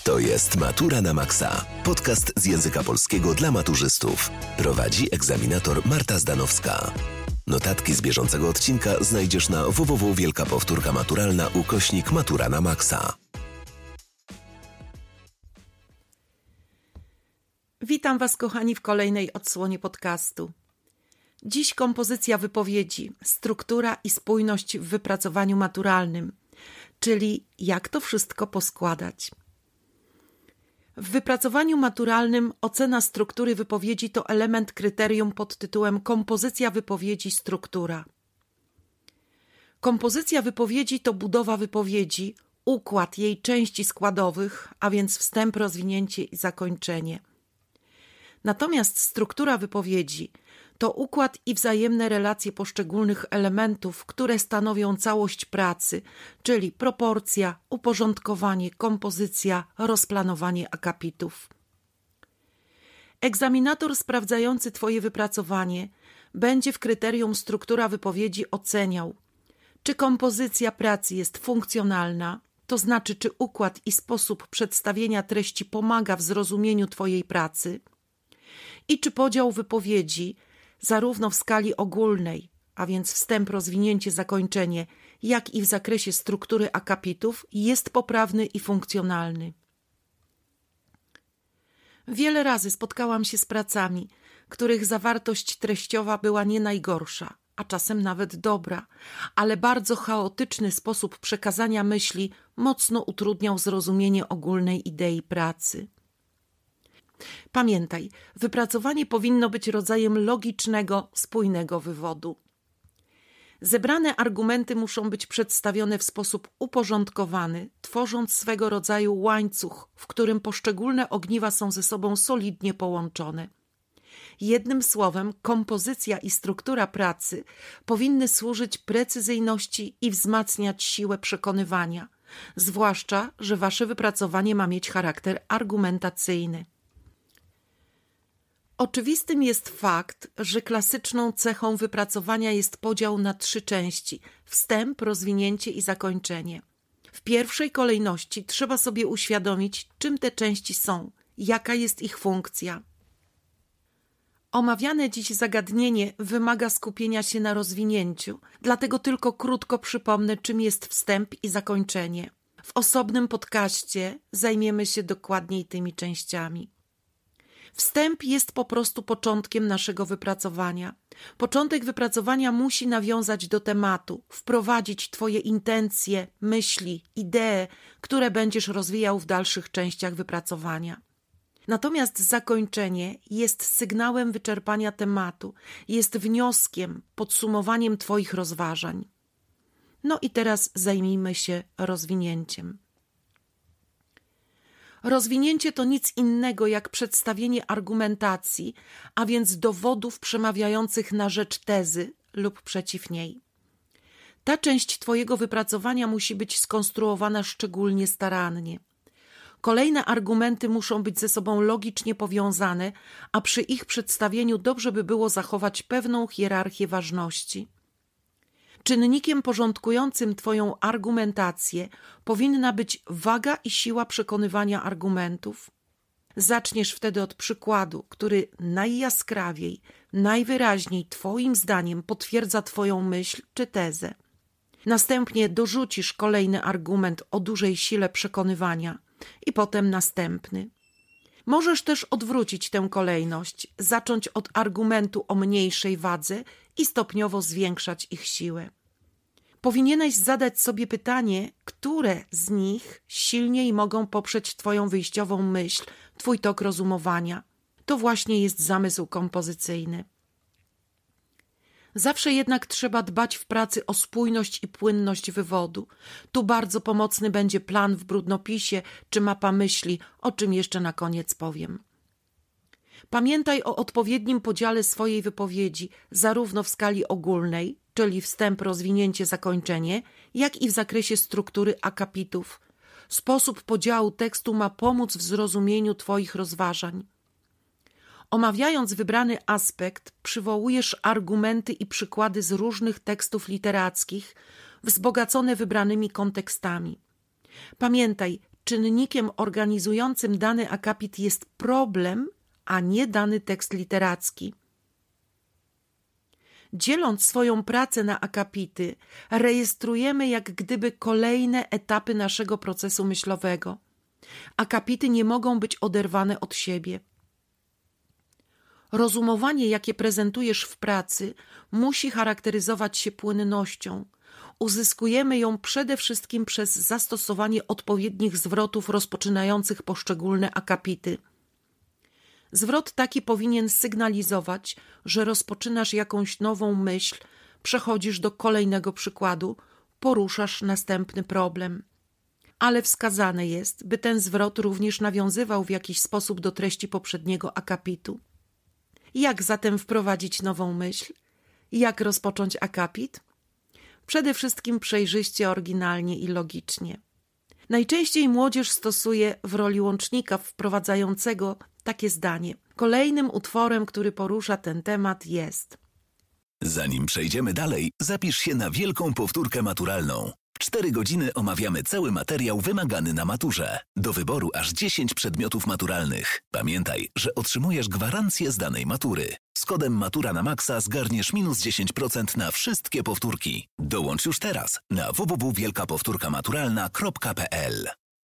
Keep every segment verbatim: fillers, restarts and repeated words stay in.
To jest Matura na Maksa. Podcast z języka polskiego dla maturzystów. Prowadzi egzaminator Marta Zdanowska. Notatki z bieżącego odcinka znajdziesz na www wielka powtórka maturalna ukośnik Matura na Maksa. Witam Was, kochani, w kolejnej odsłonie podcastu. Dziś kompozycja wypowiedzi, struktura i spójność w wypracowaniu maturalnym, czyli jak to wszystko poskładać. W wypracowaniu maturalnym ocena struktury wypowiedzi to element kryterium pod tytułem kompozycja wypowiedzi, struktura. Kompozycja wypowiedzi to budowa wypowiedzi, układ jej części składowych, a więc wstęp, rozwinięcie i zakończenie. Natomiast struktura wypowiedzi to układ i wzajemne relacje poszczególnych elementów, które stanowią całość pracy, czyli proporcja, uporządkowanie, kompozycja, rozplanowanie akapitów. Egzaminator sprawdzający Twoje wypracowanie będzie w kryterium struktura wypowiedzi oceniał, czy kompozycja pracy jest funkcjonalna, to znaczy czy układ i sposób przedstawienia treści pomaga w zrozumieniu Twojej pracy, i czy podział wypowiedzi zarówno w skali ogólnej, a więc wstęp, rozwinięcie, zakończenie, jak i w zakresie struktury akapitów jest poprawny i funkcjonalny. Wiele razy spotkałam się z pracami, których zawartość treściowa była nie najgorsza, a czasem nawet dobra, ale bardzo chaotyczny sposób przekazania myśli mocno utrudniał zrozumienie ogólnej idei pracy. Pamiętaj, wypracowanie powinno być rodzajem logicznego, spójnego wywodu. Zebrane argumenty muszą być przedstawione w sposób uporządkowany, tworząc swego rodzaju łańcuch, w którym poszczególne ogniwa są ze sobą solidnie połączone. Jednym słowem, kompozycja i struktura pracy powinny służyć precyzyjności i wzmacniać siłę przekonywania, zwłaszcza, że Wasze wypracowanie ma mieć charakter argumentacyjny. Oczywistym jest fakt, że klasyczną cechą wypracowania jest podział na trzy części: wstęp, rozwinięcie i zakończenie. W pierwszej kolejności trzeba sobie uświadomić, czym te części są, jaka jest ich funkcja. Omawiane dziś zagadnienie wymaga skupienia się na rozwinięciu, dlatego tylko krótko przypomnę, czym jest wstęp i zakończenie. W osobnym podcaście zajmiemy się dokładniej tymi częściami. Wstęp jest po prostu początkiem naszego wypracowania. Początek wypracowania musi nawiązać do tematu, wprowadzić Twoje intencje, myśli, idee, które będziesz rozwijał w dalszych częściach wypracowania. Natomiast zakończenie jest sygnałem wyczerpania tematu, jest wnioskiem, podsumowaniem Twoich rozważań. No i teraz zajmijmy się rozwinięciem. Rozwinięcie to nic innego jak przedstawienie argumentacji, a więc dowodów przemawiających na rzecz tezy lub przeciw niej. Ta część Twojego wypracowania musi być skonstruowana szczególnie starannie. Kolejne argumenty muszą być ze sobą logicznie powiązane, a przy ich przedstawieniu dobrze by było zachować pewną hierarchię ważności. Czynnikiem porządkującym Twoją argumentację powinna być waga i siła przekonywania argumentów. Zaczniesz wtedy od przykładu, który najjaskrawiej, najwyraźniej Twoim zdaniem potwierdza Twoją myśl czy tezę. Następnie dorzucisz kolejny argument o dużej sile przekonywania i potem następny. Możesz też odwrócić tę kolejność, zacząć od argumentu o mniejszej wadze i stopniowo zwiększać ich siłę. Powinieneś zadać sobie pytanie, które z nich silniej mogą poprzeć Twoją wyjściową myśl, Twój tok rozumowania. To właśnie jest zamysł kompozycyjny. Zawsze jednak trzeba dbać w pracy o spójność i płynność wywodu. Tu bardzo pomocny będzie plan w brudnopisie czy mapa myśli, o czym jeszcze na koniec powiem. Pamiętaj o odpowiednim podziale swojej wypowiedzi, zarówno w skali ogólnej, czyli wstęp, rozwinięcie, zakończenie, jak i w zakresie struktury akapitów. Sposób podziału tekstu ma pomóc w zrozumieniu Twoich rozważań. Omawiając wybrany aspekt, przywołujesz argumenty i przykłady z różnych tekstów literackich, wzbogacone wybranymi kontekstami. Pamiętaj, czynnikiem organizującym dany akapit jest problem, a nie dany tekst literacki. Dzieląc swoją pracę na akapity, rejestrujemy jak gdyby kolejne etapy naszego procesu myślowego. Akapity nie mogą być oderwane od siebie. Rozumowanie, jakie prezentujesz w pracy, musi charakteryzować się płynnością. Uzyskujemy ją przede wszystkim przez zastosowanie odpowiednich zwrotów rozpoczynających poszczególne akapity. Zwrot taki powinien sygnalizować, że rozpoczynasz jakąś nową myśl, przechodzisz do kolejnego przykładu, poruszasz następny problem. Ale wskazane jest, by ten zwrot również nawiązywał w jakiś sposób do treści poprzedniego akapitu. Jak zatem wprowadzić nową myśl? Jak rozpocząć akapit? Przede wszystkim przejrzyście, oryginalnie i logicznie. Najczęściej młodzież stosuje w roli łącznika wprowadzającego takie zdanie. Kolejnym utworem, który porusza ten temat, jest... Zanim przejdziemy dalej, zapisz się na wielką powtórkę maturalną. W cztery godziny omawiamy cały materiał wymagany na maturze. Do wyboru aż dziesięć przedmiotów maturalnych. Pamiętaj, że otrzymujesz gwarancję z danej matury. Z kodem Matura na Maxa zgarniesz minus dziesięć procent na wszystkie powtórki. Dołącz już teraz na w w w kropka wielka powtórka maturalna kropka p l.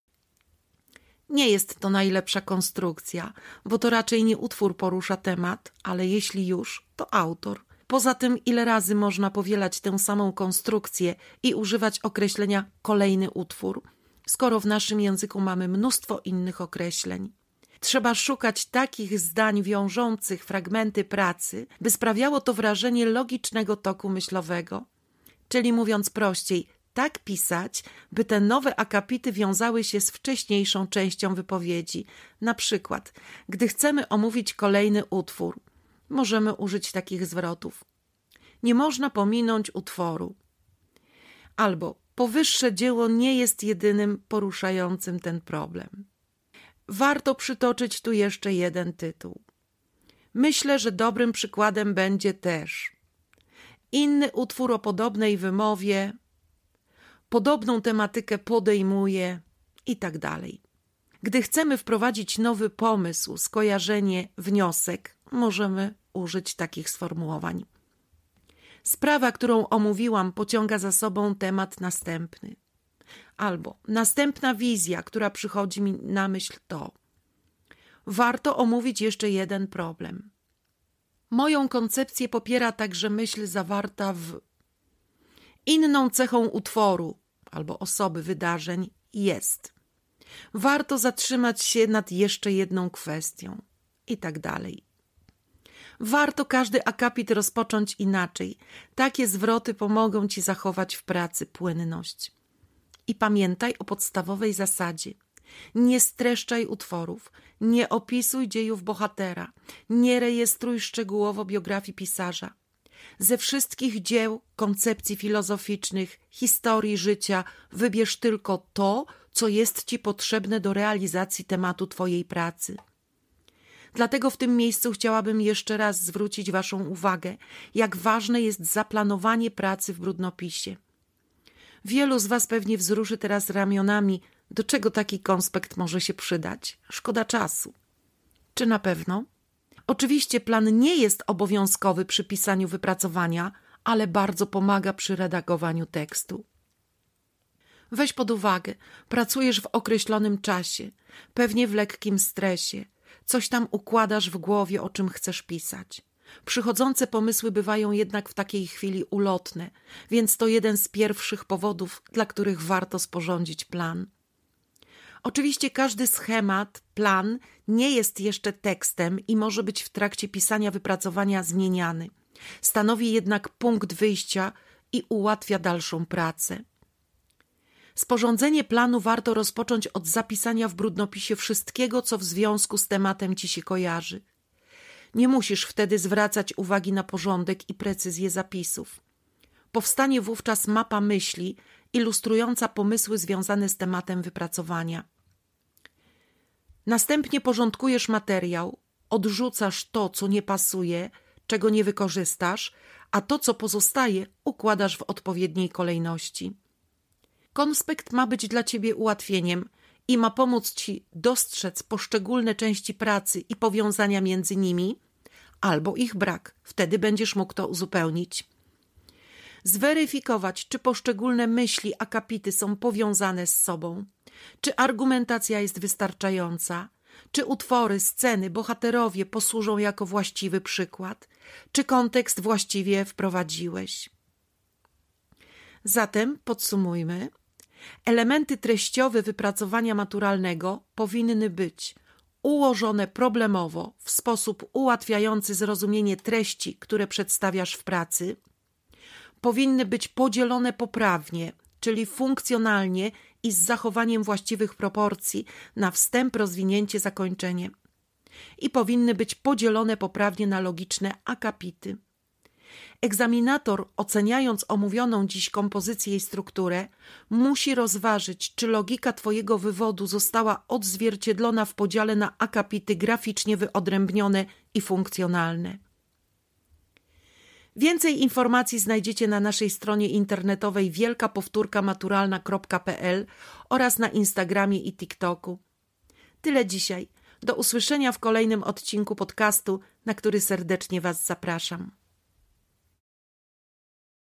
Nie jest to najlepsza konstrukcja, bo to raczej nie utwór porusza temat, ale jeśli już, to autor. Poza tym, ile razy można powielać tę samą konstrukcję i używać określenia kolejny utwór, skoro w naszym języku mamy mnóstwo innych określeń. Trzeba szukać takich zdań wiążących fragmenty pracy, by sprawiało to wrażenie logicznego toku myślowego. Czyli mówiąc prościej, tak pisać, by te nowe akapity wiązały się z wcześniejszą częścią wypowiedzi. Na przykład, gdy chcemy omówić kolejny utwór, możemy użyć takich zwrotów. Nie można pominąć utworu. Albo powyższe dzieło nie jest jedynym poruszającym ten problem. Warto przytoczyć tu jeszcze jeden tytuł. Myślę, że dobrym przykładem będzie też inny utwór o podobnej wymowie, podobną tematykę podejmuje i tak dalej. Gdy chcemy wprowadzić nowy pomysł, skojarzenie, wniosek, możemy użyć takich sformułowań. Sprawa, którą omówiłam, pociąga za sobą temat następny. Albo następna wizja, która przychodzi mi na myśl, to warto omówić jeszcze jeden problem. Moją koncepcję popiera także myśl zawarta w... Inną cechą utworu albo osoby, wydarzeń jest. Warto zatrzymać się nad jeszcze jedną kwestią i tak dalej. Warto każdy akapit rozpocząć inaczej. Takie zwroty pomogą Ci zachować w pracy płynność. I pamiętaj o podstawowej zasadzie. Nie streszczaj utworów, nie opisuj dziejów bohatera, nie rejestruj szczegółowo biografii pisarza. Ze wszystkich dzieł, koncepcji filozoficznych, historii życia wybierz tylko to, co jest Ci potrzebne do realizacji tematu Twojej pracy. Dlatego w tym miejscu chciałabym jeszcze raz zwrócić Waszą uwagę, jak ważne jest zaplanowanie pracy w brudnopisie. Wielu z Was pewnie wzruszy teraz ramionami, do czego taki konspekt może się przydać. Szkoda czasu. Czy na pewno? Oczywiście plan nie jest obowiązkowy przy pisaniu wypracowania, ale bardzo pomaga przy redagowaniu tekstu. Weź pod uwagę, pracujesz w określonym czasie, pewnie w lekkim stresie. Coś tam układasz w głowie, o czym chcesz pisać. Przychodzące pomysły bywają jednak w takiej chwili ulotne, więc to jeden z pierwszych powodów, dla których warto sporządzić plan. Oczywiście każdy schemat, plan nie jest jeszcze tekstem i może być w trakcie pisania wypracowania zmieniany. Stanowi jednak punkt wyjścia i ułatwia dalszą pracę. Sporządzenie planu warto rozpocząć od zapisania w brudnopisie wszystkiego, co w związku z tematem Ci się kojarzy. Nie musisz wtedy zwracać uwagi na porządek i precyzję zapisów. Powstanie wówczas mapa myśli ilustrująca pomysły związane z tematem wypracowania. Następnie porządkujesz materiał, odrzucasz to, co nie pasuje, czego nie wykorzystasz, a to, co pozostaje, układasz w odpowiedniej kolejności. Konspekt ma być dla Ciebie ułatwieniem i ma pomóc Ci dostrzec poszczególne części pracy i powiązania między nimi, albo ich brak. Wtedy będziesz mógł to uzupełnić. Zweryfikować, czy poszczególne myśli, akapity są powiązane z sobą, czy argumentacja jest wystarczająca, czy utwory, sceny, bohaterowie posłużą jako właściwy przykład, czy kontekst właściwie wprowadziłeś. Zatem podsumujmy. Elementy treściowe wypracowania maturalnego powinny być ułożone problemowo w sposób ułatwiający zrozumienie treści, które przedstawiasz w pracy. Powinny być podzielone poprawnie, czyli funkcjonalnie i z zachowaniem właściwych proporcji na wstęp, rozwinięcie, zakończenie. I powinny być podzielone poprawnie na logiczne akapity. Egzaminator, oceniając omówioną dziś kompozycję i strukturę, musi rozważyć, czy logika Twojego wywodu została odzwierciedlona w podziale na akapity graficznie wyodrębnione i funkcjonalne. Więcej informacji znajdziecie na naszej stronie internetowej wielka powtórka maturalna kropka p l oraz na Instagramie i TikToku. Tyle dzisiaj. Do usłyszenia w kolejnym odcinku podcastu, na który serdecznie Was zapraszam.